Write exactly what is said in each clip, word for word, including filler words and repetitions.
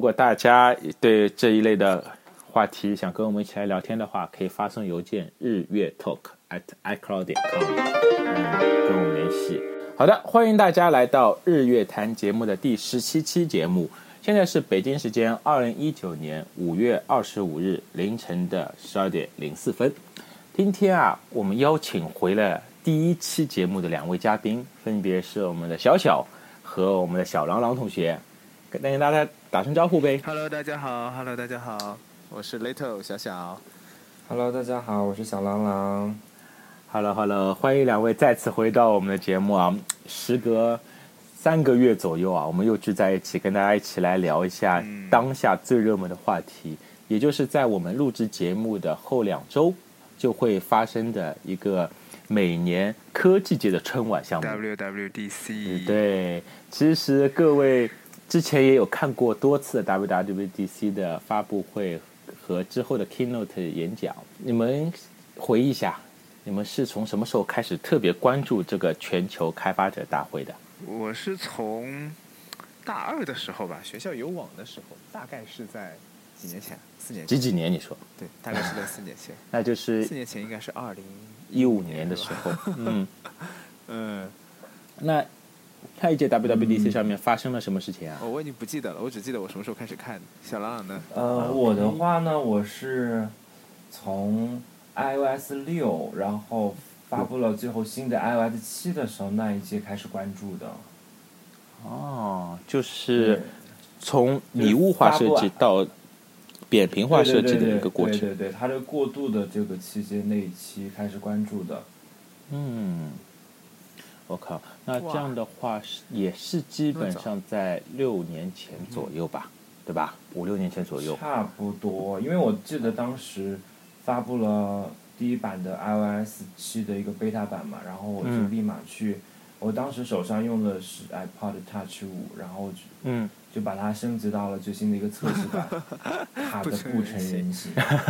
果大家对这一类的话题想跟我们一起来聊天的话，可以发送邮件日月 talk at icloud 点 com， 嗯，跟我们联系。好的，欢迎大家来到日月谈节目的第十七期节目。现在是北京时间二零一九年五月二十五日凌晨的十二点零四分。今天啊，我们邀请回了第一期节目的两位嘉宾，分别是我们的小小和我们的小郎朗同学，跟大家打声招呼呗。 Hello， 大家好 ，Hello， 大家好，我是 Little 小小。 Hello， 大家好，我是小郎朗。 Hello Hello， 欢迎两位再次回到我们的节目啊！时隔三个月左右啊，我们又聚在一起，跟大家一起来聊一下当下最热门的话题，嗯、也就是在我们录制节目的后两周就会发生的一个每年科技界的春晚项目 W W D C。 对，其实各位之前也有看过多次的 W W D C 的发布会和之后的 Keynote 演讲，你们回忆一下。你们是从什么时候开始特别关注这个全球开发者大会的？ 我是从大二的时候吧，学校有网的时候，大概是在几年前，四年前。 几几年？你说？ 对，大概是在四年前。 那就是四年前，应该是二零一五年的时候。嗯嗯。 那下一届 W W D C 上面发生了什么事情啊？ 哦，我已经不记得了，我只记得我什么时候开始看。小郎朗呢？ 呃，我的话呢，我是从iOS 六，然后发布了最后新的 iOS 七的时候，那一届开始关注的。 哦，就是从拟物化设计到扁平化设计的一个过程。 对对对，它这过渡的这个期间那一期开始关注的。 嗯，我靠，那这样的话是也是基本上在六年前左右吧，对吧？五六年前左右。 差不多，因为我记得当时发布了第一版的 iOS 七的一个 beta 版嘛，然后我就立马去，嗯、我当时手上用的是 iPod Touch 五，然后就嗯就把它升级到了最新的一个测试版，卡的不成人形。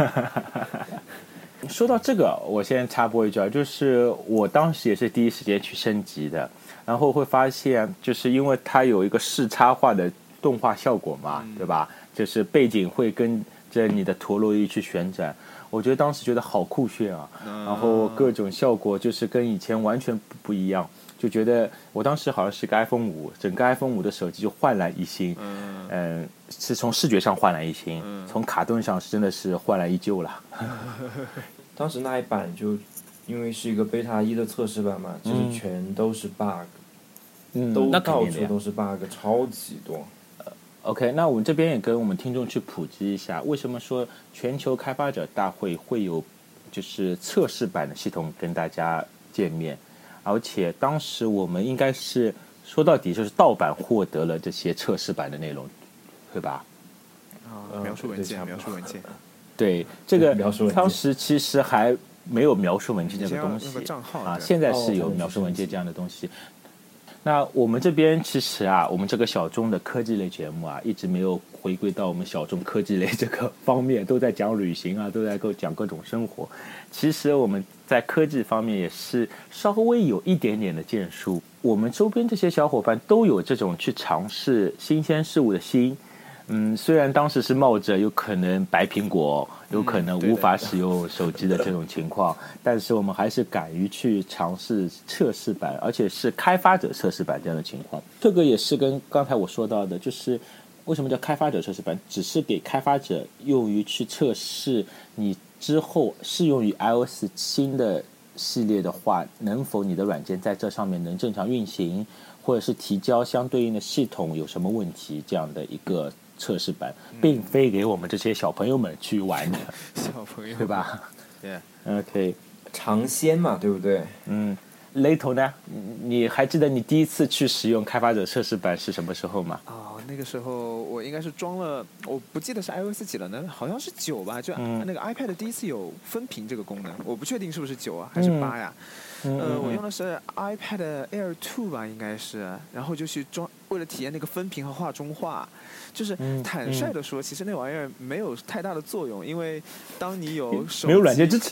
说到这个，我先插播一句啊，就是我当时也是第一时间去升级的，然后会发现，就是因为它有一个视差化的动画效果嘛，嗯、对吧？就是背景会跟着你的陀螺仪去旋转。我觉得当时觉得好酷炫啊，然后各种效果就是跟以前完全不一样，就觉得我当时好像是个 iPhone 五，整个 iPhone 五的手机就焕然一新，嗯、呃，是从视觉上焕然一新，嗯、从卡顿上是真的是焕然一旧了。 当时那一版就因为是一个 beta 一的测试版嘛，就是全都是 bug，嗯，都到处都是 bug，超级多。 OK， 那我们这边也跟我们听众去普及一下，为什么说全球开发者大会会有就是测试版的系统跟大家见面，而且当时我们应该是说到底就是盗版获得了这些测试版的内容，对吧？ 啊、哦，描述文件，描述文件。 对，这个当时其实还没有描述文件这个东西啊，现在是有描述文件这样的东西。那我们这边其实啊，我们这个小众的科技类节目啊，一直没有回归到我们小众科技类这个方面，都在讲旅行啊，都在讲各种生活。其实我们在科技方面也是稍微有一点点的建树。我们周边这些小伙伴都有这种去尝试新鲜事物的心。嗯，虽然当时是冒着有可能白苹果，有可能无法使用手机的这种情况，嗯、但是我们还是敢于去尝试测试版，而且是开发者测试版这样的情况。这个也是跟刚才我说到的，就是为什么叫开发者测试版，只是给开发者用于去测试你之后适用于 iOS 新的系列的话，能否你的软件在这上面能正常运行，或者是提交相对应的系统有什么问题，这样的一个测试版，并非给我们这些小朋友们去玩的， 小朋友对吧？ 对 ，OK， 尝鲜嘛，对不对？ 嗯，Lato 呢？你还记得你第一次去使用开发者测试版是什么时候吗？ 哦，那个时候我应该是装了，我不记得是 iOS 几了呢，好像是九吧，就那个 iPad 第一次有分屏这个功能，我不确定是不是九啊，还是八呀？嗯、呃，我用的是 iPad Air 二吧，应该是，然后就去装，为了体验那个分屏和画中画，就是坦率的说，其实那玩意儿没有太大的作用，因为当你有手机没有软件支持。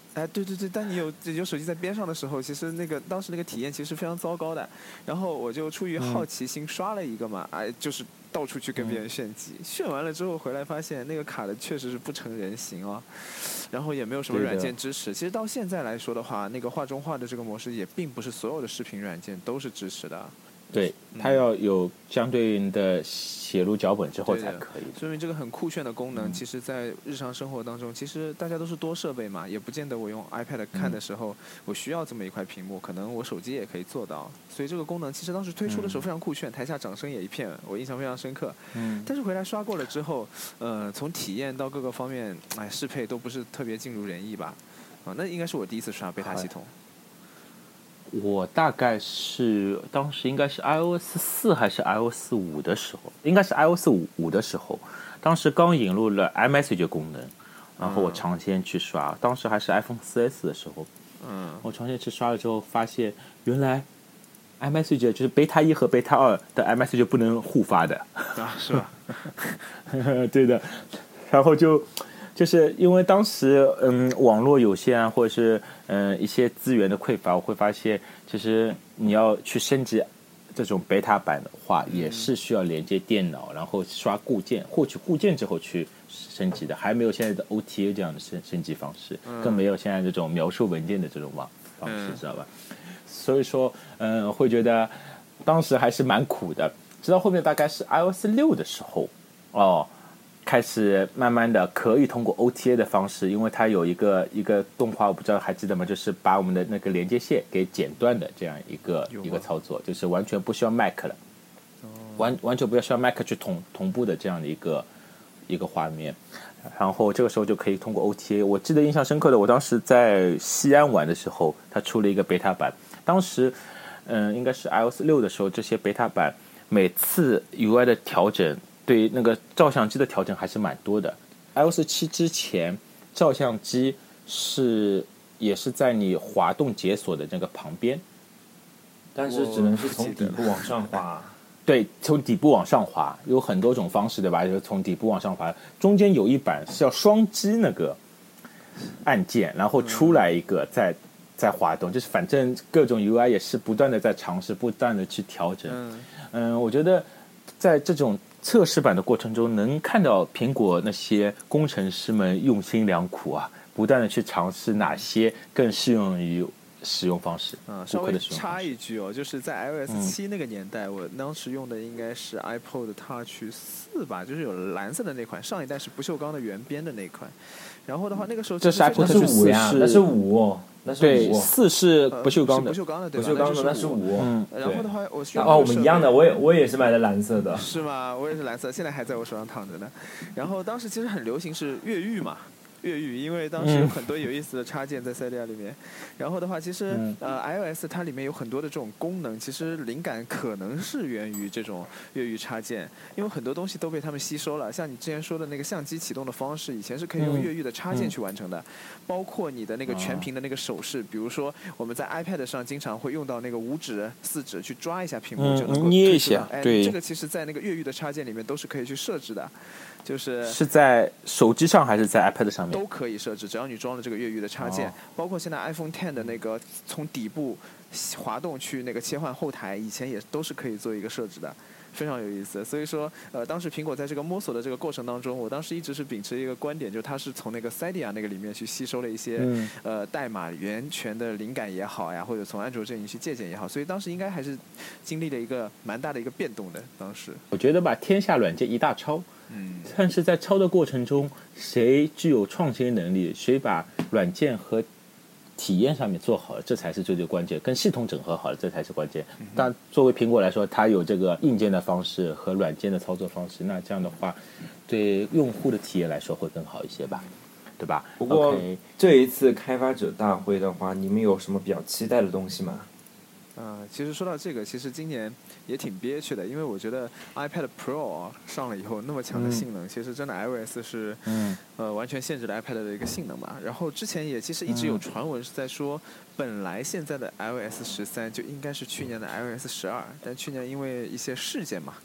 哎，对对对，当你有有手机在边上的时候，其实那个当时那个体验其实非常糟糕的。然后我就出于好奇心刷了一个嘛，哎，就是到处去跟别人炫机，嗯、炫完了之后回来发现那个卡的确实是不成人形啊，然后也没有什么软件支持。其实到现在来说的话，那个画中画的这个模式也并不是所有的视频软件都是支持的。 对，它要有相对应的写入脚本之后才可以。 说明这个很酷炫的功能，嗯、其实在日常生活当中，其实大家都是多设备嘛，也不见得我用 iPad 看的时候，嗯、我需要这么一块屏幕，可能我手机也可以做到。所以这个功能其实当时推出的时候非常酷炫，嗯、台下掌声也一片，我印象非常深刻。嗯。但是回来刷过了之后，呃，从体验到各个方面，哎，适配都不是特别尽如人意吧？啊，那应该是我第一次刷贝塔系统。 我大概是当时应该是 iOS 四还是 iOS 五的时候，应该是 iOS 五的时候，当时刚引入了 iMessage 功能，然后我尝鲜去刷，嗯、当时还是 iPhone 四 S 的时候，嗯，我尝鲜去刷了之后，发现原来 iMessage 就是贝塔一和贝塔二的 iMessage 不能互发的啊，是吧？ 对的，然后就。就是因为当时嗯网络有限啊，或者是嗯一些资源的匮乏，我会发现其实你要去升级这种贝塔版的话，也是需要连接电脑，然后刷固件，获取固件之后去升级的，还没有现在的 O T A 这样的升升级方式，更没有现在这种描述文件的这种方方式，知道吧？所以说嗯会觉得当时还是蛮苦的，直到后面大概是 iOS 六的时候哦。开始慢慢的可以通过 O T A 的方式，因为它有一个一个动画，我不知道还记得吗？就是把我们的那个连接线给剪断的这样一个一个操作，就是完全不需要 Mac 了，哦、完完全不需要 Mac 去同同步的这样的一个一个画面。然后这个时候就可以通过 O T A。我记得印象深刻的，我当时在西安玩的时候，它出了一个贝塔版。当时，嗯，应该是 iOS 六的时候，这些贝塔版每次 U I 的调整。对那个照相机的调整还是蛮多的。iOS 七之前，照相机是也是在你滑动解锁的那个旁边， 但是只能是从底部往上滑。 对，从底部往上滑有很多种方式，对吧？就是从底部往上滑，中间有一版是要双击那个按键，然后出来一个再再滑动，就是反正各种 U I 也是不断的在尝试，不断的去调整。嗯，嗯我觉得在这种测试版的过程中，能看到苹果那些工程师们用心良苦啊，不断的去尝试哪些更适用于使用方式。 嗯，稍微插一句哦，就是在 iOS 七那个年代，嗯、我当时用的应该是 iPod Touch 四吧，就是有蓝色的那款，上一代是不锈钢的圆边的那款。然后的话，那个时候这是 iPod Touch 五呀，那是五。 对，四是不锈钢的， 不锈钢的，对吧？不锈钢的那是五。 嗯，然后的话，我哦，我们一样的，我也我也是买的蓝色的。 是吗？我也是蓝色，现在还在我手上躺着呢。然后当时其实很流行是越狱嘛。越狱，因为当时有很多有意思的插件在塞利亚里面。嗯、然后的话，其实、嗯、呃 iOS 它里面有很多的这种功能，其实灵感可能是源于这种越狱插件，因为很多东西都被他们吸收了。像你之前说的那个相机启动的方式，以前是可以用越狱的插件去完成的，嗯、包括你的那个全屏的那个手势，比如说我们在 iPad 上经常会用到那个五指、四指去抓一下屏幕就能够捏一下， 哎， 对， 这个其实在那个越狱的插件里面都是可以去设置的。就是是在手机上还是在 iPad 上面都可以设置，只要你装了这个越狱的插件，哦、包括现在 iPhone X 的那个从底部滑动去那个切换后台，以前也都是可以做一个设置的，非常有意思。所以说，呃，当时苹果在这个摸索的这个过程当中，我当时一直是秉持一个观点，就是它是从那个 Cydia 那个里面去吸收了一些、嗯、呃代码源泉的灵感也好呀，或者从安卓阵营去借鉴也好，所以当时应该还是经历了一个蛮大的一个变动的。当时我觉得吧，天下软件一大抄。嗯，但是在抄的过程中，谁具有创新能力，谁把软件和体验上面做好了，这才是最最关键，跟系统整合好了，这才是关键。但作为苹果来说，它有这个硬件的方式和软件的操作方式，那这样的话，对用户的体验来说会更好一些吧，对吧？ 不过、okay、这一次开发者大会的话，你们有什么比较期待的东西吗？ 啊、呃，其实说到这个，其实今年也挺憋屈的，因为我觉得 iPad Pro 上了以后那么强的性能，嗯、其实真的 iOS 是，嗯，呃，完全限制了 iPad 的一个性能嘛。然后之前也其实一直有传闻是在说，本来现在的 iOS 十三就应该是去年的 iOS 十二，但去年因为一些事件嘛。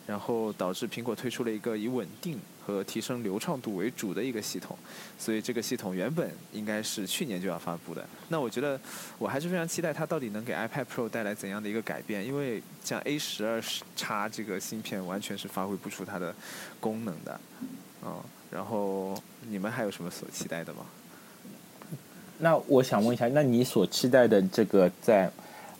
然后导致苹果推出了一个以稳定和提升流畅度为主的一个系统，所以这个系统原本应该是去年就要发布的。那我觉得我还是非常期待它到底能给 iPad Pro 带来怎样的一个改变，因为像 A 十二 X 这个芯片完全是发挥不出它的功能的，嗯，然后你们还有什么所期待的吗？ 那我想问一下，那你所期待的这个在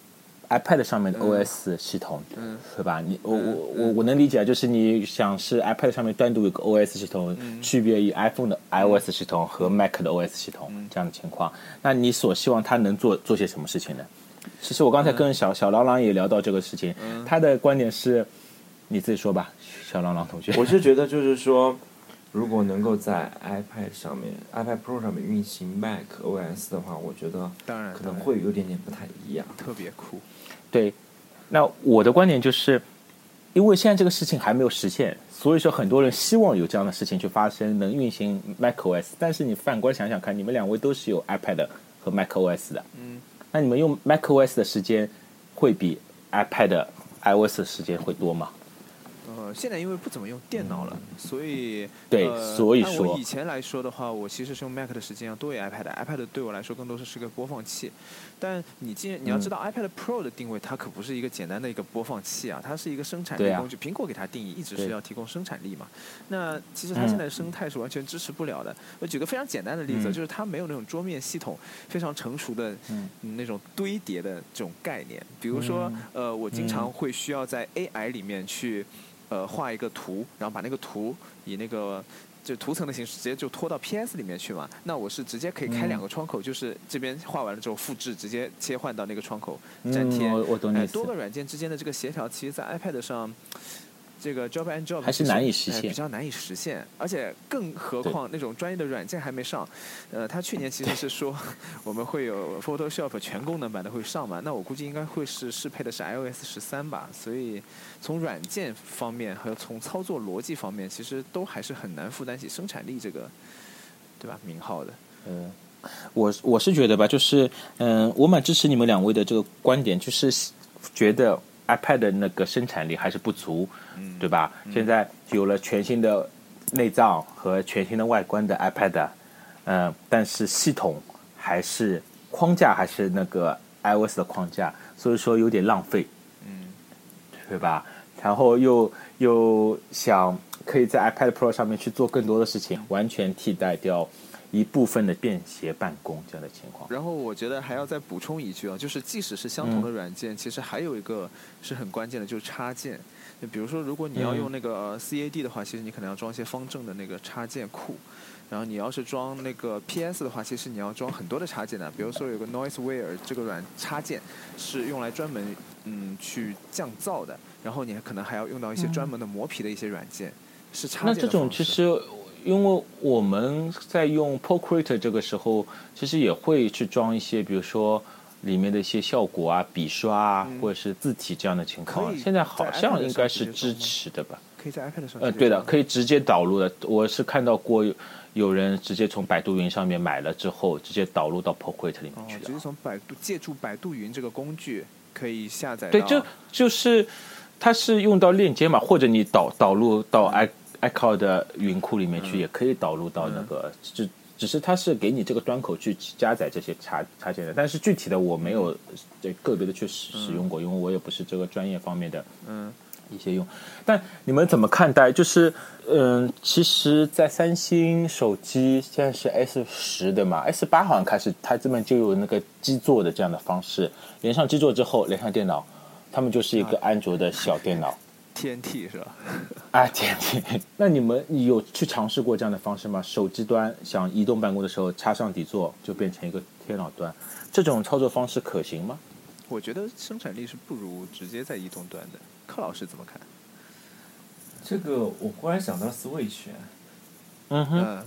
iPad 上面的 O S 系统，嗯，是吧？你我我我我能理解，就是你想是 iPad 上面单独有个 O S 系统，嗯、区别于 iPhone 的 iOS 系统和 Mac 的 O S 系统、嗯、这样的情况。那你所希望它能做做些什么事情呢？其实我刚才跟小、嗯、小郎朗也聊到这个事情，嗯、他的观点是，你自己说吧，小郎朗同学。 我是觉得就是说，如果能够在 iPad 上面 iPad Pro 上面运行 Mac O S 的话，我觉得当然可能会有点点不太一样， 特别酷。 对，那我的观点就是，因为现在这个事情还没有实现，所以说很多人希望有这样的事情去发生，能运行 macOS。但是你反过来想想看，你们两位都是有 iPad 和 macOS 的，嗯，那你们用 macOS 的时间会比 iPad iOS 的时间会多吗？ 呃，现在因为不怎么用电脑了，所以对， 呃、 所以说， 按我以前来说的话，我其实是用 Mac 的时间要多于 iPad。iPad 对我来说更多是是个播放器，但你既然你要知道、嗯、iPad Pro 的定位，它可不是一个简单的一个播放器啊，它是一个生产力工具。啊、苹果给它定义一直是要提供生产力嘛。那其实它现在的生态是完全支持不了的。我举个非常简单的例子，嗯、就是它没有那种桌面系统非常成熟的、嗯、那种堆叠的这种概念。比如说，嗯、呃，我经常会需要在 A I 里面去。呃，画一个图，然后把那个图以那个就图层的形式直接就拖到 P S 里面去嘛。那我是直接可以开两个窗口，嗯、就是这边画完了之后复制，直接切换到那个窗口粘贴。 嗯、我我懂你意思。 哎，多个软件之间的这个协调，其实在 iPad 上。这个 Job and Job 还是难以实现、 哎，比较难以实现，而且更何况那种专业的软件还没上。呃，他去年其实是说我们会有 Photoshop 全功能版的会上嘛，那我估计应该会是适配的是 iOS 十三吧。所以从软件方面和从操作逻辑方面，其实都还是很难负担起生产力这个，对吧？名号的。 嗯，我我是觉得吧，就是嗯、呃，我蛮支持你们两位的这个观点，就是觉得。iPad 的那个生产力还是不足，嗯、对吧？嗯、现在有了全新的内脏和全新的外观的 iPad， 嗯、呃，但是系统还是框架还是那个 iOS 的框架，所以说有点浪费，嗯，对吧？然后又又想可以在 iPad Pro 上面去做更多的事情，完全替代掉。一部分的便携办公这样的情况， 然后我觉得还要再补充一句啊，就是即使是相同的软件，嗯、其实还有一个是很关键的，就是插件。就比如说，如果你要用那个 C A D 的话，嗯、其实你可能要装一些方正的那个插件库。然后你要是装那个 P S 的话，其实你要装很多的插件的。比如说有个 Noiseware 这个软插件是用来专门嗯去降噪的，然后你可能还要用到一些专门的磨皮的一些软件，嗯、是插件的方式。 那这种其实。因为我们在用 Procreate 这个时候，其实也会去装一些，比如说里面的一些效果啊、笔刷啊，嗯、或者是字体这样的情况。现在好像应该是支持的吧？ 可以在 iPad 上。 呃，对的，可以直接导入的。我是看到过有人直接从百度云上面买了之后，直接导入到 Procreate 里面去的。 哦，直接从百度借助百度云这个工具可以下载到。 对，就就是它是用到链接嘛，或者你导导入到 i。嗯iCloud 的云库里面去也可以导入到那个，只、嗯、只是它是给你这个端口去加载这些插插件的，但是具体的我没有这个别的去使使用过，因为我也不是这个专业方面的嗯一些用。但你们怎么看待？就是嗯，其实，在三星手机现在是 S 十的嘛 ，S 八好像开始它这边就有那个基座的这样的方式，连上基座之后连上电脑，他们就是一个安卓的小电脑。 T N T 是吧？ 啊 ，T N T。那你们有去尝试过这样的方式吗？手机端想移动办公的时候，插上底座就变成一个电脑端，这种操作方式可行吗？ 我觉得生产力是不如直接在移动端的。柯老师怎么看？ 这个我忽然想到 Switch。 嗯哼。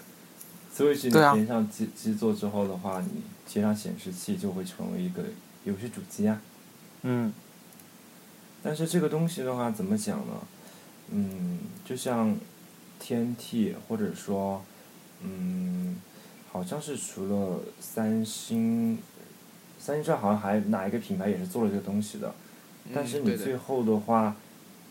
Switch 你连上基基座之后的话，你接上显示器就会成为一个游戏主机啊。 嗯。 但是这个东西的话，怎么讲呢？嗯，就像 T N T 或者说，嗯，好像是除了三星，三星这好像还哪一个品牌也是做了这个东西的。但是你最后的话，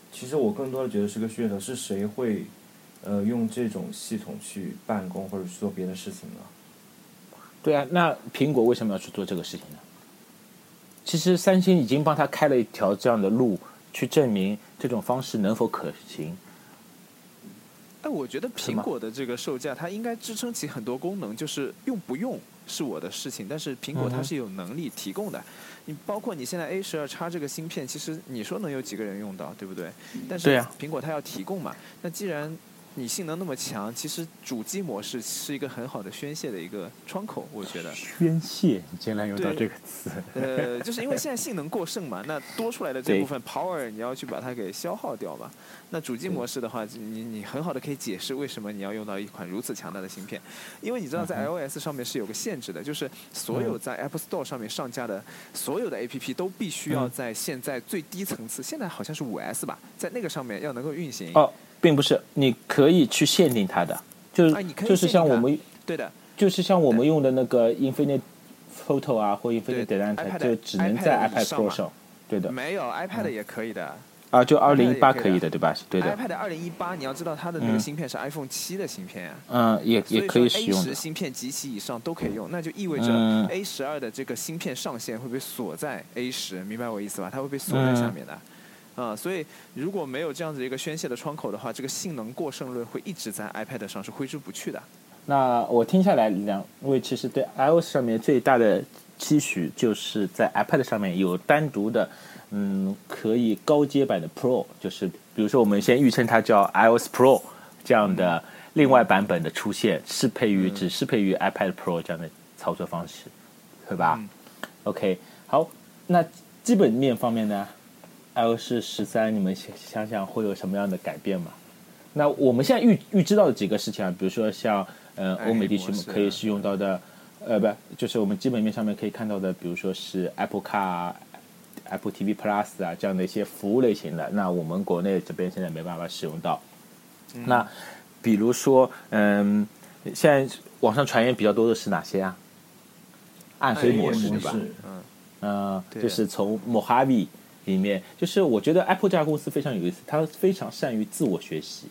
其实我更多的觉得是个噱头，是谁会呃用这种系统去办公或者去做别的事情呢？ 对啊，那苹果为什么要去做这个事情呢？其实三星已经帮他开了一条这样的路，去证明这种方式能否可行。 哎，我觉得苹果的这个售价，它应该支撑起很多功能，就是用不用是我的事情，但是苹果它是有能力提供的。嗯、你包括你现在 A 十二 X 这个芯片，其实你说能有几个人用到，对不对？但是苹果它要提供嘛，那既然你性能那么强，其实主机模式是一个很好的宣泄的一个窗口，我觉得。 宣泄，你竟然用到这个词。 呃，就是因为现在性能过剩嘛，那多出来的这部分 power 你要去把它给消耗掉嘛。那主机模式的话，你你很好的可以解释为什么你要用到一款如此强大的芯片，因为你知道在 iOS 上面是有个限制的，就是所有在 App Store 上面上架的所有的 A P P 都必须要在现在最低层次，现在好像是五 S 吧，在那个上面要能够运行。 哦。并不是，你可以去限定它的，就是、 啊、 就是像我们对的， 就是像我们用的那个 Infinite Photo 啊，或 Infinite Data， 就只能在 iPad Pro 上，对的。 没有 iPad 也可以的。 啊，就二零一八可以的，对吧？对的。 iPad 二零一八，你要知道它的那个芯片是 iPhone 七的芯片啊。 嗯，也也可以使用。 A 十芯片及其以上都可以用，那就意味着 A 十二的这个芯片上限会被锁在 A 十，明白我意思吧？它会被锁在下面的。嗯啊、嗯，所以如果没有这样子一个宣泄的窗口的话，这个性能过剩论会一直在 iPad 上是挥之不去的。 那我听下来，两位其实对 iOS 上面最大的期许，就是在 iPad 上面有单独的，嗯，可以高阶版的 Pro， 就是比如说我们先预称它叫 iOS Pro 这样的另外版本的出现，适配于、嗯、只适配于 iPad Pro 这样的操作方式，对吧、嗯、？OK， 好，那基本面方面呢？iOS 十三，你们想想会有什么样的改变吗？那我们现在预预知到的几个事情啊，比如说像呃欧美地区可以使用到的，呃不，就是我们基本面上面可以看到的，比如说是 Apple Car、Apple T V Plus 啊这样的一些服务类型的，那我们国内这边现在没办法使用到。嗯、那比如说，嗯，现在网上传言比较多的是哪些啊？暗黑模式对吧？嗯，呃，就是从 Mojave。里面就是我觉得 Apple 这家公司非常有意思，它非常善于自我学习。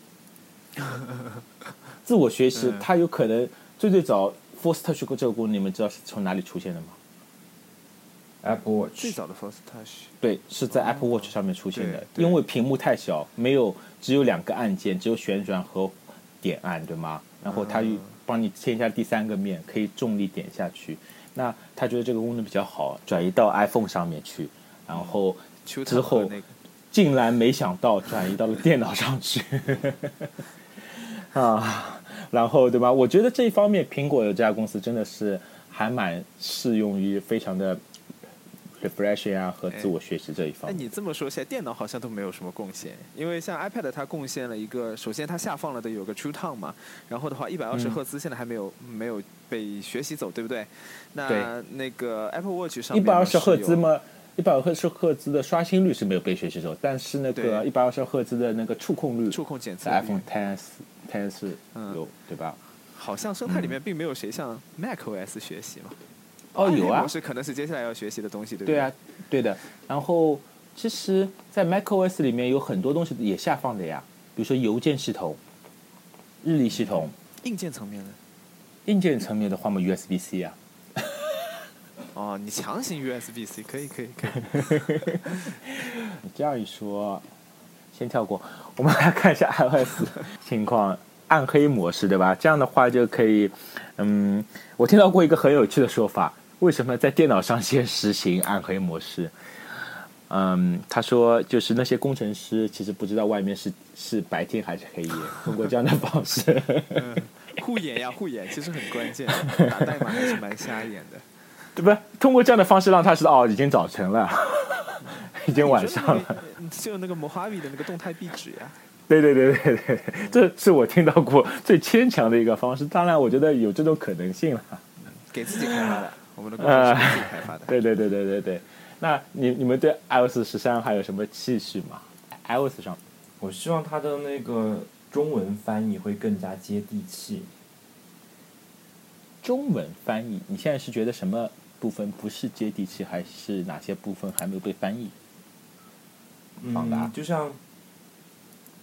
自我学习，它有可能最最早 Force Touch 这个功能，你们知道是从哪里出现的吗 ？Apple Watch 最早的 Force Touch 对，是在 Apple Watch 上面出现的，因为屏幕太小，没有只有两个按键，只有旋转和点按，对吗？然后它帮你添加第三个面，可以重力点下去。那他觉得这个功能比较好，转移到 iPhone 上面去，然后。之后，竟然没想到转移到了电脑上去，啊，然后对吧？我觉得这一方面，苹果有这家公司真的是还蛮适用于非常的 refreshing 啊和自我学习这一方面。 哎，你这么说起来，电脑好像都没有什么贡献，因为像 iPad 它贡献了一个，首先它下放了的有个 True Tone 嘛，然后的话一百二十赫兹现在还没有、嗯、没有被学习走，对不对？那那个 Apple Watch 上面一百二十赫兹吗？一百二十赫兹的刷新率是没有被学习走，但是那个一百二十赫兹的那个触控率， 触控检测 ，iPhone X X 是有、嗯、对吧？ 好像生态里面并没有谁向 macOS 学习嘛。 哦，有啊， 是可能是接下来要学习的东西，对不对？对啊，对的。然后其实，在 macOS 里面有很多东西也下放的呀，比如说邮件系统、日历系统。 硬件层面的。 硬件层面的话嘛 ，U S B C 啊。 哦，你强行 U S B C 可以可以可以。 你这样一说，先跳过。我们来看一下 iOS 情况，暗黑模式对吧？这样的话就可以，嗯，我听到过一个很有趣的说法，为什么在电脑上先实行暗黑模式？嗯，他说就是那些工程师其实不知道外面是是白天还是黑夜，通过这样的方式， 嗯、护眼呀护眼，其实很关键，打代码还是蛮瞎眼的。 对不？通过这样的方式让他知道哦，已经早晨了，已经晚上了。 就那个 Mojave 的那个动态壁纸呀。 对对对对对，这是我听到过最牵强的一个方式。当然，我觉得有这种可能性了。 给自己开发的，我们的工程师给自己开发的。 对对对对对对。那你你们对 iOS 十三还有什么期许吗 ？iOS 上， 我希望它的那个中文翻译会更加接地气。 中文翻译，你现在是觉得什么部分不是接地气，还是哪些部分还没有被翻译？ 嗯，就像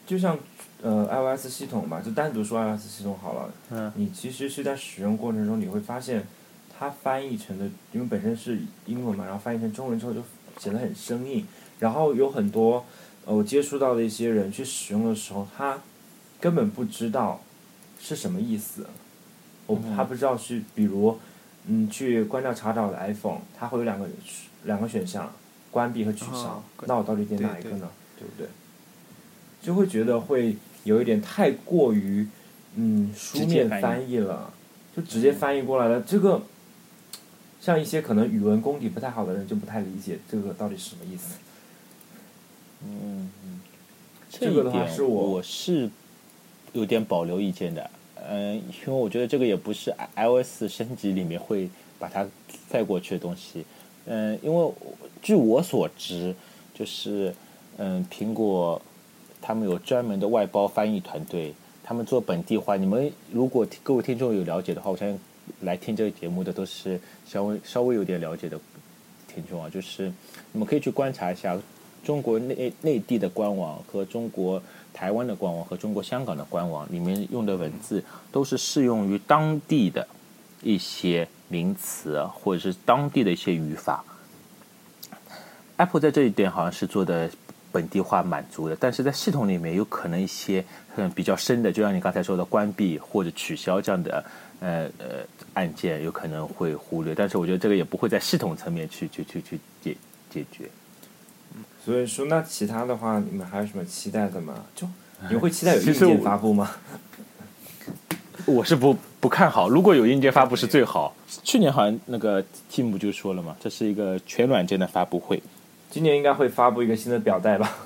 就像呃 iOS 系统吧，就单独说 iOS 系统好了。 嗯。 你其实是在使用过程中，你会发现，它翻译成的，因为本身是英文嘛，然后翻译成中文之后就显得很生硬。然后有很多呃我接触到的一些人去使用的时候，他根本不知道是什么意思。我他不知道是，比如嗯去关掉查找的 iPhone， 它会有两个两个选项，关闭和取消。哦、那我到底点哪一个呢？对, 对不对？就会觉得会有一点太过于嗯书面翻译了，就直接翻译过来了。这个像一些可能语文功底不太好的人就不太理解这个到底是什么意思。 嗯嗯， 这个的话是我我是有点保留意见的。嗯，因为我觉得这个也不是 iOS 升级里面会把它带过去的东西。嗯，因为据我所知，就是嗯，苹果他们有专门的外包翻译团队，他们做本地化。你们如果各位听众有了解的话，我相信来听这个节目的都是稍微稍微有点了解的听众啊，就是你们可以去观察一下中国内内地的官网和中国台湾的官网和中国香港的官网里面用的文字都是适用于当地的一些名词或者是当地的一些语法。Apple 在这一点好像是做的本地化满足的，但是在系统里面有可能一些嗯比较深的，就像你刚才说的关闭或者取消这样的呃呃按键有可能会忽略，但是我觉得这个也不会在系统层面去去去去解解决。 所以说，那其他的话，你们还有什么期待的吗？就你会期待有硬件发布吗？ 我是不不看好，如果有硬件发布是最好。去年好像那个 Tim 就说了嘛，这是一个全软件的发布会。 今年应该会发布一个新的表带吧？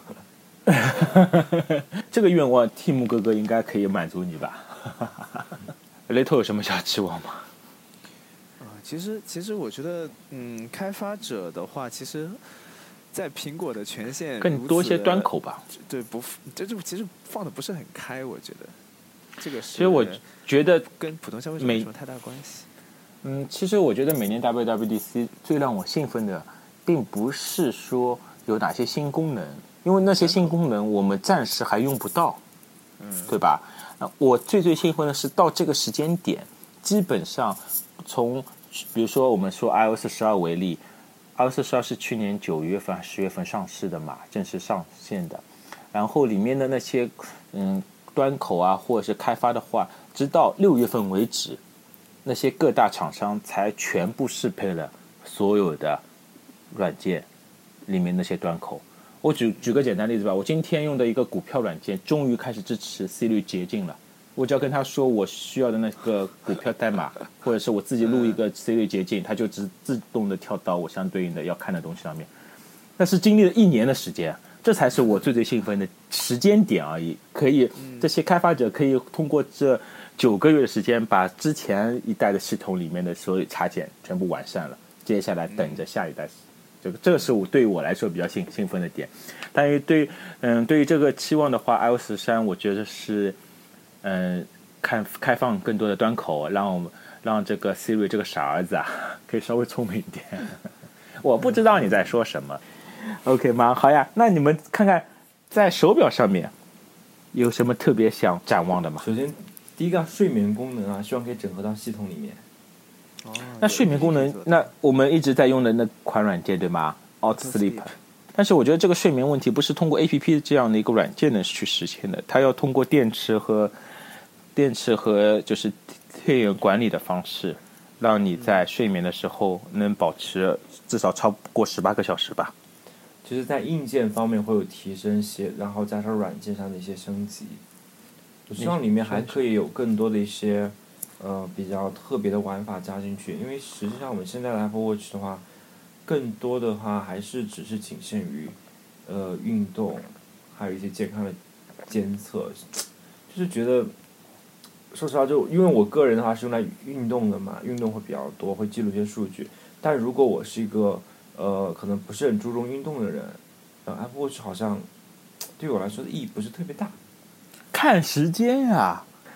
这个愿望 Tim 哥哥应该可以满足你吧？雷头有什么小期望吗？ 啊、呃，其实其实我觉得，嗯，开发者的话，其实。在苹果的权限更多一些端口吧， 对，不，这就其实放的不是很开，我觉得这个是。 其实我觉得跟普通消费者没什么太大关系。 嗯，其实我觉得每年 W W D C 最让我兴奋的，并不是说有哪些新功能，因为那些新功能我们暂时还用不到，嗯，对吧？我最最兴奋的是到这个时间点，基本上从比如说我们说 iOS 十二为例。iOS 十二是去年九月份、十月份上市的嘛，正式上线的。然后里面的那些嗯端口啊，或者是开发的话，直到六月份为止，那些各大厂商才全部适配了所有的软件里面那些端口。我举举个简单例子吧，我今天用的一个股票软件，终于开始支持 Siri 捷径了。我只要跟他说我需要的那个股票代码，或者是我自己录一个 Siri 捷径，它就自自动的跳到我相对应的要看的东西上面。那是经历了一年的时间，这才是我最最兴奋的时间点而已。可以，这些开发者可以通过这九个月的时间，把之前一代的系统里面的所有插件全部完善了。接下来等着下一代，这个这个是我对于我来说比较兴兴奋的点。但是对嗯对于这个期望的话 ，iOS 十三我觉得是。嗯，看开放更多的端口，让我们让这个 Siri 这个傻儿子啊，可以稍微聪明一点。我不知道你在说什么。OK 吗？好呀，那你们看看在手表上面有什么特别想展望的吗？ 首先，第一个睡眠功能啊，希望可以整合到系统里面。 哦， 那睡眠功能，那我们一直在用的那款软件对吗 ？Out Sleep。但是我觉得这个睡眠问题不是通过 A P P 这样的一个软件能去实现的，它要通过电池和电池和就是电源管理的方式，让你在睡眠的时候能保持至少超过十八个小时吧。 就是在硬件方面会有提升些，然后加上软件上的一些升级。我希望里面还可以有更多的一些呃比较特别的玩法加进去，因为实际上我们现在的 Apple Watch 的话，更多的话还是只是仅限于呃运动，还有一些健康的监测，就是觉得。说实话，就因为我个人的话是用来运动的嘛，运动会比较多，会记录一些数据。但如果我是一个呃可能不是很注重运动的人，呃 Apple Watch 好像对我来说的意义不是特别大。 看时间呀、啊，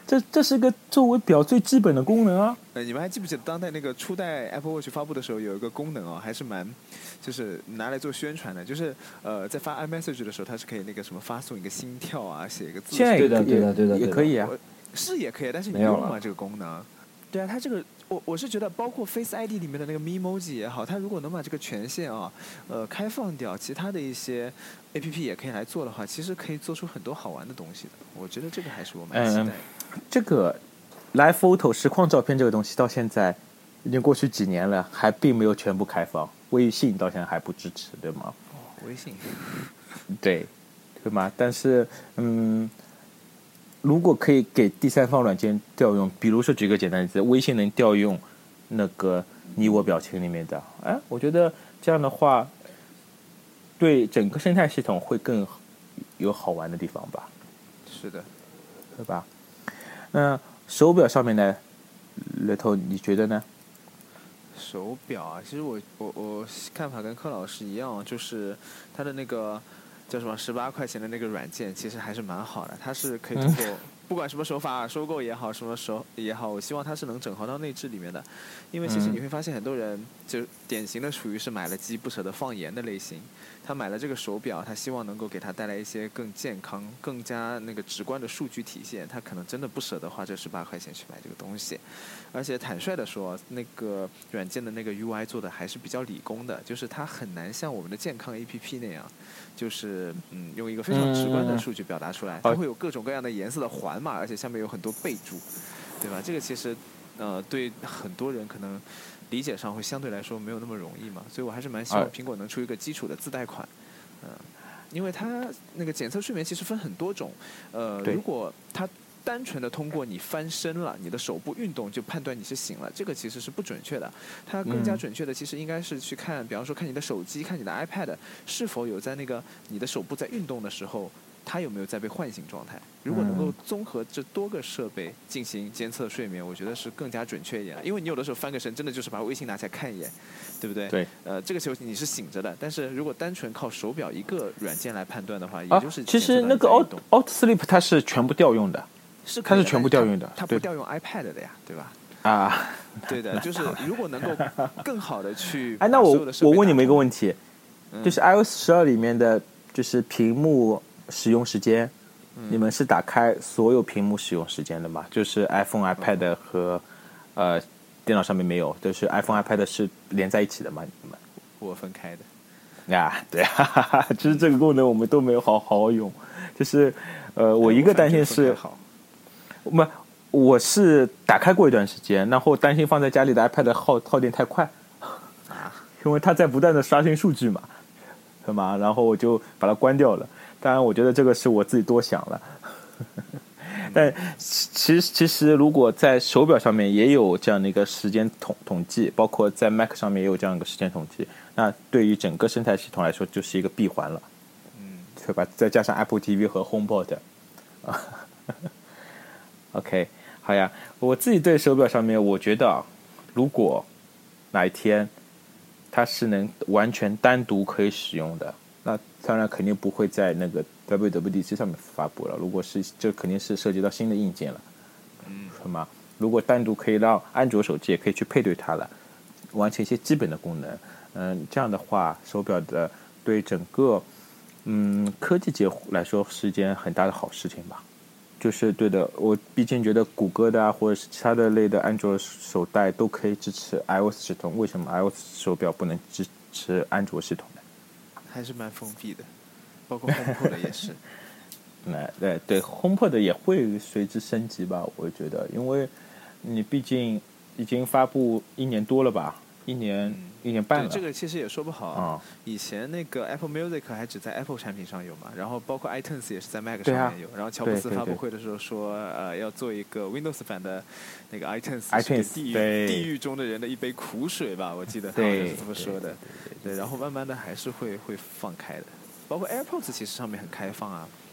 这这是个作为表最基本的功能啊。 呃，你们还记不记得当代那个初代 Apple Watch 发布的时候，有一个功能哦，还是蛮，就是拿来做宣传的，就是呃，在发 iMessage 的时候，它是可以那个什么发送一个心跳啊，写一个字。 现在对的，对的，对的， 也可以啊。 是也可以，但是你用吗这个功能？对啊，它这个我我是觉得，包括 Face I D 里面的那个 Memoji 也好，它如果能把这个权限啊，呃，开放掉，其他的一些 A P P 也可以来做的话，其实可以做出很多好玩的东西的。我觉得这个还是我蛮期待的。 嗯、这个 Live Photo 实况照片这个东西到现在已经过去几年了，还并没有全部开放。微信到现在还不支持，对吗？ 哦，微信。 对，对吗？但是，嗯。如果可以给第三方软件调用，比如说举个简单例子，微信能调用那个你我表情里面的，哎，我觉得这样的话，对整个生态系统会更有好玩的地方吧。 是的， 对吧？那手表上面呢，乐透你觉得呢？ 手表啊，其实我我我看法跟柯老师一样，就是它的那个。叫什么十八块钱的那个软件，其实还是蛮好的。它是可以通过不管什么手法收购也好，什么手也好，我希望它是能整合到内置里面的。因为其实你会发现很多人就典型的属于是买了机不舍得放盐的类型。他买了这个手表，他希望能够给他带来一些更健康、更加那个直观的数据体现。他可能真的不舍得花这十八块钱去买这个东西。而且坦率的说，那个软件的那个 U I 做的还是比较理工的，就是它很难像我们的健康 A P P 那样，就是嗯用一个非常直观的数据表达出来。它会有各种各样的颜色的环码，而且下面有很多备注，对吧？这个其实呃对很多人可能理解上会相对来说没有那么容易嘛，所以我还是蛮希望苹果能出一个基础的自带款，嗯、呃，因为它那个检测睡眠其实分很多种，呃，如果它单纯的通过你翻身了，你的手部运动就判断你是醒了，这个其实是不准确的。它更加准确的其实应该是去看，比方说看你的手机，看你的 iPad 是否有在那个你的手部在运动的时候，它有没有在被唤醒状态。如果能够综合这多个设备进行监测睡眠，我觉得是更加准确一点了。因为你有的时候翻个身，真的就是把微信拿起来看一眼，对不对？ 对。 呃，这个时候你是醒着的，但是如果单纯靠手表一个软件来判断的话，也就是、 啊、其实那个 Out Out Sleep 它是全部调用的。 是它是全部调用的， 它不调用 iPad 的呀，对吧？ 啊， 对的，就是如果能够更好的去哎，那我我问你们一个问题， 嗯、 就是 iOS 十二里面的就是屏幕使用时间、嗯，你们是打开所有屏幕使用时间的吗？就是 iPhone、iPad 和、嗯、呃电脑上面没有，就是 iPhone、iPad 是连在一起的吗？你们？ 我分开的。 啊，对啊，其实这个功能我们都没有好好好用，就是呃，我一个担心是。不，我是打开过一段时间，然后担心放在家里的 iPad 耗耗电太快，因为它在不断的刷新数据嘛，是吗？然后我就把它关掉了。当然，我觉得这个是我自己多想了。但其实其实如果在手表上面也有这样的一个时间统统计，包括在 Mac 上面也有这样一个时间统计，那对于整个生态系统来说就是一个闭环了， 嗯， 对吧？再加上 Apple T V 和 HomePod 啊。OK， 好呀。我自己对手表上面，我觉得啊，如果哪一天它是能完全单独可以使用的，那当然肯定不会在那个 W W D C 上面发布了。如果是，这肯定是涉及到新的硬件了， 嗯， 是吗？如果单独可以让安卓手机也可以去配对它了，完成一些基本的功能，嗯，这样的话，手表的对整个嗯科技界来说是一件很大的好事情吧。就是对的，我毕竟觉得谷歌的啊，或者是其他的类的安卓手袋都可以支持 iOS 系统，为什么 iOS 手表不能支持安卓系统呢？ 还是蛮封闭的，包括 HomePod 也是。 那对对 ，HomePod 也会随之升级吧？我觉得，因为你毕竟已经发布一年多了吧，一年、嗯、一年半了。 这个其实也说不好啊。嗯、以前那个 Apple Music 还只在 Apple 产品上有嘛，然后包括 iTunes 也是在 Mac 上面有。啊、然后乔布斯发布会的时候说，呃，要做一个 Windows 版的那个 iTunes， iTunes 地狱地狱中的人的一杯苦水吧，我记得他好像是这么说的。对, 对, 对, 对, 对，然后慢慢的还是会会放开的。包括 AirPods 其实上面很开放啊，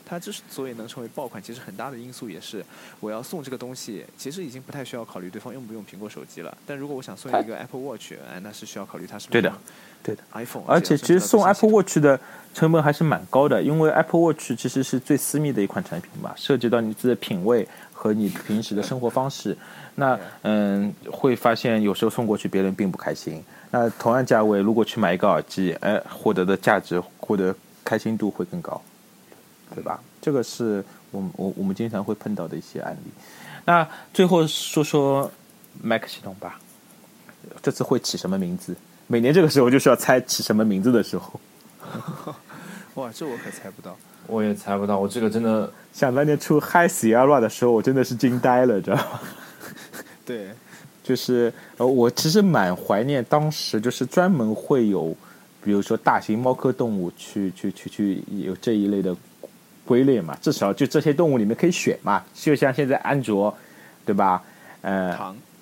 它之所以能成为爆款，其实很大的因素也是我要送这个东西，其实已经不太需要考虑对方用不用苹果手机了。但如果我想送一个 Apple Watch， 哎，那是需要考虑它是不是对的，对的 iPhone。 而且其实送 Apple Watch 的成本还是蛮高的，因为 Apple Watch 其实是最私密的一款产品嘛，涉及到你自己的品味和你平时的生活方式。那嗯，会发现有时候送过去别人并不开心。那同样价位，如果去买一个耳机，哎，获得的价值获得开心度会更高，对吧？这个是我们我我们经常会碰到的一些案例。那最后说说 Mac 系统吧，这次会起什么名字？每年这个时候就是要猜起什么名字的时候。 哇，这我可猜不到。 我也猜不到，我这个真的想当年出 High Sierra 的时候，我真的是惊呆了，知道吗？ 对。 就是呃，我其实蛮怀念当时就是专门会有，比如说大型猫科动物去去去去有这一类的归类嘛，至少就这些动物里面可以选嘛，就像现在安卓，对吧？呃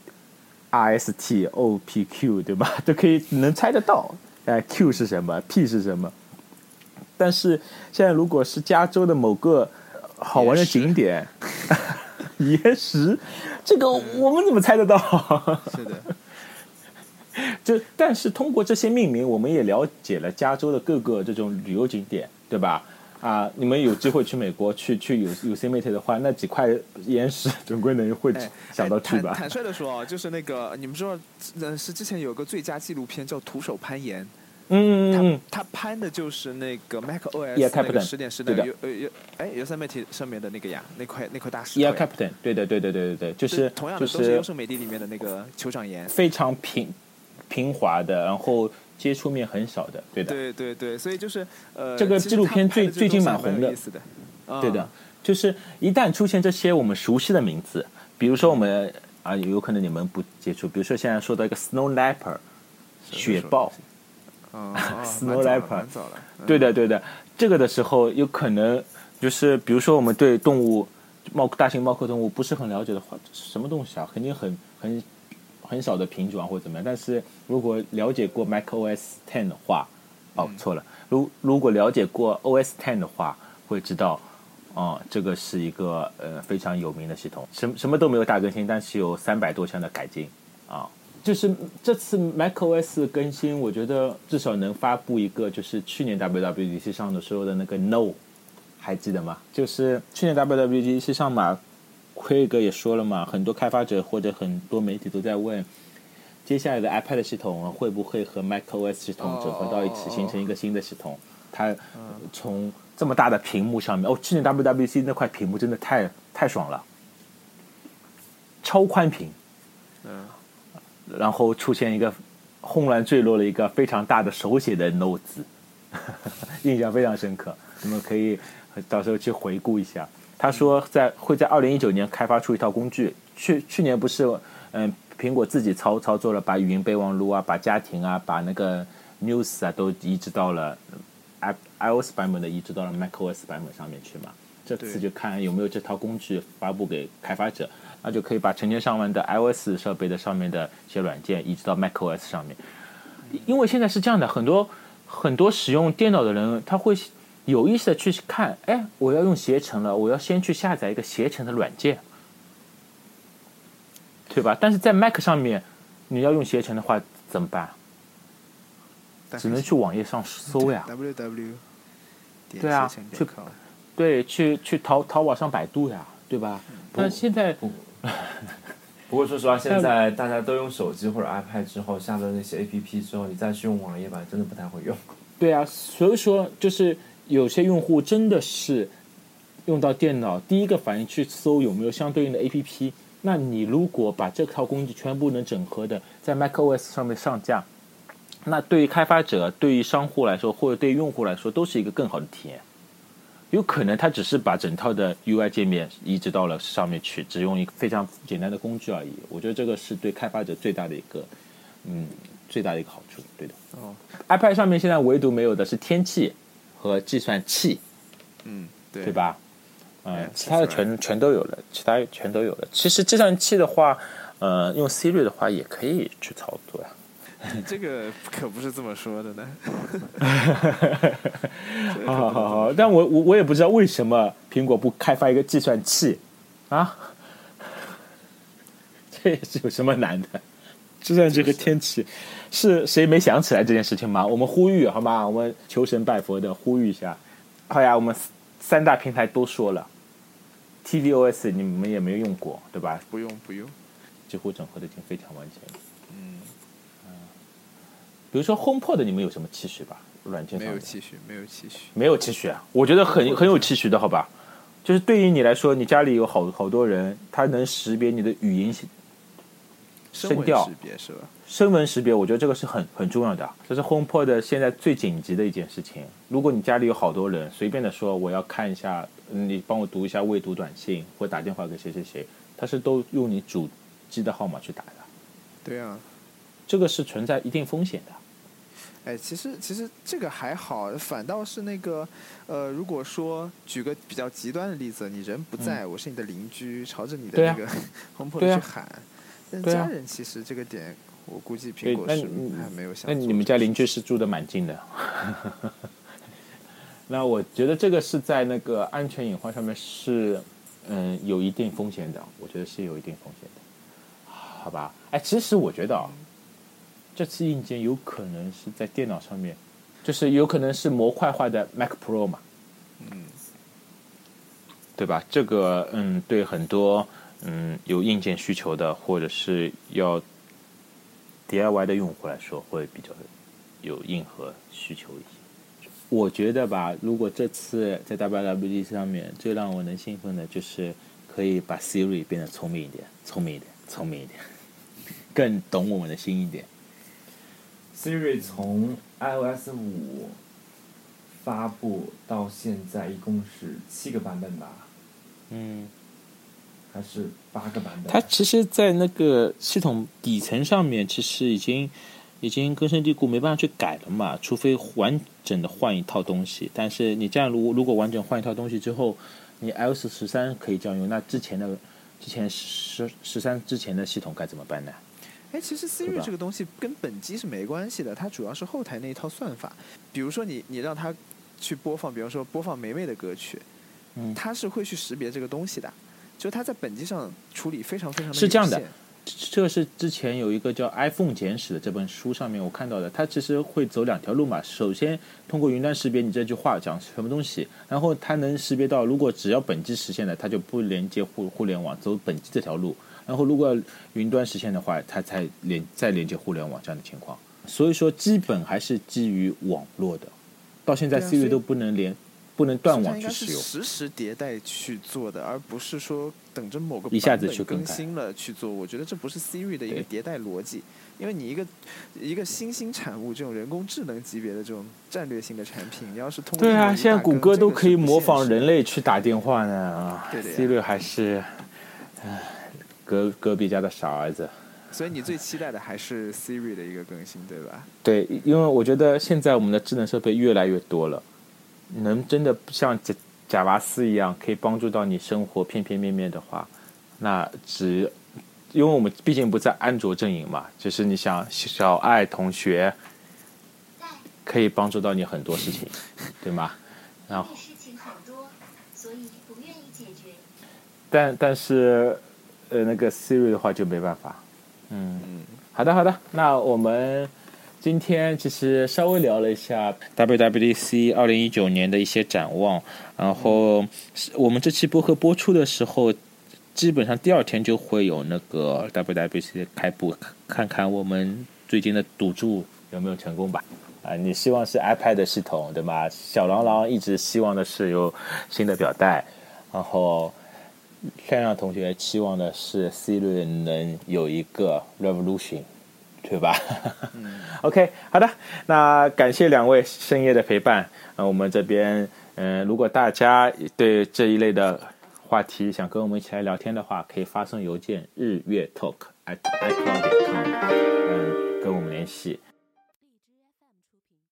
，R S T O P Q 对吧？都可以能猜得到，呃 ，Q 是什么 ，P 是什么？但是现在如果是加州的某个好玩的景点。岩石，这个我们怎么猜得到？ 是的， 就但是通过这些命名，我们也了解了加州的各个这种旅游景点，对吧？啊，你们有机会去美国去去有 Yosemite 的话，那几块岩石总归能会想到去吧？ 哎哎、坦, 坦率的说啊，就是那个你们知道，呃，是之前有个最佳纪录片叫《徒手攀岩》。 嗯嗯嗯， 他攀的就是那个 macOS Yeah, 那个十点十的有有有哎 Yosemite 上面的那个呀，那块那块大石头。 Yeah, Captain， 对对对对对对对，就是同样的都是优胜美地里面的那个酋长岩， 非常平平滑的，然后接触面很少的，对的。 对对对，所以就是呃， 这个纪录片最最近蛮红的， 的嗯、对的，就是一旦出现这些我们熟悉的名字，比如说我们啊，有可能你们不接触，比如说现在说到一个 Snow Leopard， 雪豹。 哦 Snow Leopard， 嗯、 对的对的，这个的时候有可能就是比如说我们对动物猫大型猫科动物不是很了解的话，什么东西啊，肯定很很很少的品种啊或者怎么样，但是如果了解过 macOS 十的话，哦错了，如如果了解过 O S 十的话，会知道哦、嗯、这个是一个呃非常有名的系统，什什么都没有大更新，但是有三百多项的改进啊。就是这次 macOS 更新，我觉得至少能发布一个，就是去年 W W D C 上的时候的那个 No， 还记得吗？就是去年 W W D C 上嘛，奎哥也说了嘛，很多开发者或者很多媒体都在问，接下来的 iPad 系统会不会和 macOS 系统整合到一起，形成一个新的系统？它从这么大的屏幕上面，哦，去年 W W D C 那块屏幕真的太太爽了，超宽屏。 嗯。 然后出现一个轰然坠落了一个非常大的手写的 No 字，印象非常深刻。你们可以到时候去回顾一下。他说在会在二零一九年开发出一套工具。去去年不是嗯苹果自己操操作了，把语音备忘录啊，把家庭啊，把那个 News 啊都移植到了 iOS 版本的移植到了 macOS 版本上面去嘛。这次就看有没有这套工具发布给开发者。那就可以把成千上万的 iOS 设备的上面的一些软件移植到 macOS 上面，因为现在是这样的，很多很多使用电脑的人，他会有意识的去看，哎，我要用携程了，我要先去下载一个携程的软件，对吧？但是在 Mac 上面，你要用携程的话怎么办？只能去网页上搜呀。 W W 对啊，去对去去淘淘宝上百度呀，对吧？但现在。 不过说实话，现在大家都用手机或者 iPad 之后下的那些 A P P 之后，你再去用网页版，真的不太会用。 对啊，所以说就是有些用户真的是用到电脑，第一个反应去搜有没有相对应的 A P P。那你如果把这套工具全部能整合的在 macOS 上面上架，那对于开发者、对于商户来说，或者对于用户来说，都是一个更好的体验。有可能他只是把整套的 U I 界面移植到了上面去，只用一个非常简单的工具而已。我觉得这个是对开发者最大的一个，嗯，最大的一个好处。对的。 哦 ，iPad 上面现在唯独没有的是天气和计算器， 嗯，对， 对吧？嗯，其他的全全都有了，其他全都有了。其实计算器的话，呃，用 Siri 的话也可以去操作呀。 你这个可不是这么说的呢。 好好好好，但我我我也不知道为什么苹果不开发一个计算器啊？这也是有什么难的？就算这个天气，是谁没想起来这件事情吗？我们呼吁好吗？我们求神拜佛的呼吁一下。好呀，我们三大平台都说了 ，T V O S 你们也没有用过，对吧？ 不用不用， 几乎整合的已经非常完全了。 嗯， 嗯，比如说 HomePod 你们有什么期许吧？软件上没有期许，没有期许， 没有期许啊！我觉得很很有期许的，好吧？就是对于你来说，你家里有好好多人，他能识别你的语音声调识别是吧？ 声纹识别，我觉得这个是很很重要的，这是 HomePod 现在最紧急的一件事情。如果你家里有好多人，随便的说我要看一下，你帮我读一下未读短信，或打电话给谁谁谁，他是都用你主机的号码去打的。 对啊， 这个是存在一定风险的。 哎，其实其实这个还好，反倒是那个，呃，如果说举个比较极端的例子，你人不在，嗯、我是你的邻居，朝着你的那个 HomePod 去喊，啊、但家人其实这个点，我估计苹果是还没有想。 那你们家邻居是住的蛮近的。那我觉得这个是在那个安全隐患上面是，嗯，有一定风险的，我觉得是有一定风险的，好吧？哎，其实我觉得啊。嗯，这次硬件有可能是在电脑上面，就是有可能是模块化的 Mac Pro 嘛， 嗯， 对吧？这个嗯，对很多嗯有硬件需求的或者是要 D I Y 的用户来说，会比较有硬核需求一些。我觉得吧，如果这次在 W W D C 上面，最让我能兴奋的就是可以把 Siri 变得聪明一点，聪明一点，聪明一点，更懂我们的心一点。 Siri 从 iOS 五发布到现在一共是七个版本吧？ 嗯， 还是八个版本？ 它其实，在那个系统底层上面，其实已经已经根深蒂固，没办法去改了嘛。除非完整的换一套东西。但是你这样，如如果完整换一套东西之后，你 iOS 十三可以这样用，那之前的之前十十三之前的系统该怎么办呢？ 哎，其实 Siri 这个东西跟本机是没关系的，它主要是后台那一套算法。比如说你你让它去播放，比方说播放梅梅的歌曲， 嗯， 它是会去识别这个东西的，就它在本机上处理非常非常的是这样的。这个是之前有一个叫 iPhone 简史的这本书上面我看到的，它其实会走两条路嘛。首先通过云端识别你这句话讲什么东西，然后它能识别到如果只要本机实现的，它就不连接互互联网，走本机这条路。然后如果要云端实现的话，它才连再连接互联网这样的情况。所以说基本还是基于网络的，到现在 Siri 都不能连不能断网去使用， 实时迭代去做的，而不是说等着某个一下子去更新了去做。我觉得这不是 Siri 的一个迭代逻辑，因为你一个一个新兴产物，这种人工智能级别的这种战略性的产品，你要是通过对啊，现在谷歌都可以模仿人类去打电话呢啊 ，Siri 还是唉。隔隔壁家的傻儿子， 所以你最期待的还是 Siri 的一个更新，对吧？ 对，因为我觉得现在我们的智能设备越来越多了，能真的像贾贾瓦斯一样，可以帮助到你生活片片面面的话，那只因为我们毕竟不在安卓阵营嘛，就是你想小爱同学可以帮助到你很多事情，对吗？然后事情好多，所以不愿意解决。但但是。呃，那个 Siri 的话就没办法，嗯，好的好的，那我们今天其实稍微聊了一下 W W D C 二零一九年的一些展望，然后我们这期播客播出的时候，基本上第二天就会有那个 W W D C 开播，看看我们最近的赌注有没有成功吧。啊、呃，你希望是 iPad 系统对吧？小郎朗一直希望的是有新的表带，然后。亮亮同学期望的是 Siri 能有一个 revolution， 对吧？嗯、OK， 好的，那感谢两位深夜的陪伴。呃、我们这边，嗯、呃，如果大家对这一类的话题想跟我们一起来聊天的话，可以发送邮件日月 talk at icloud 点 com， 嗯，跟我们联系。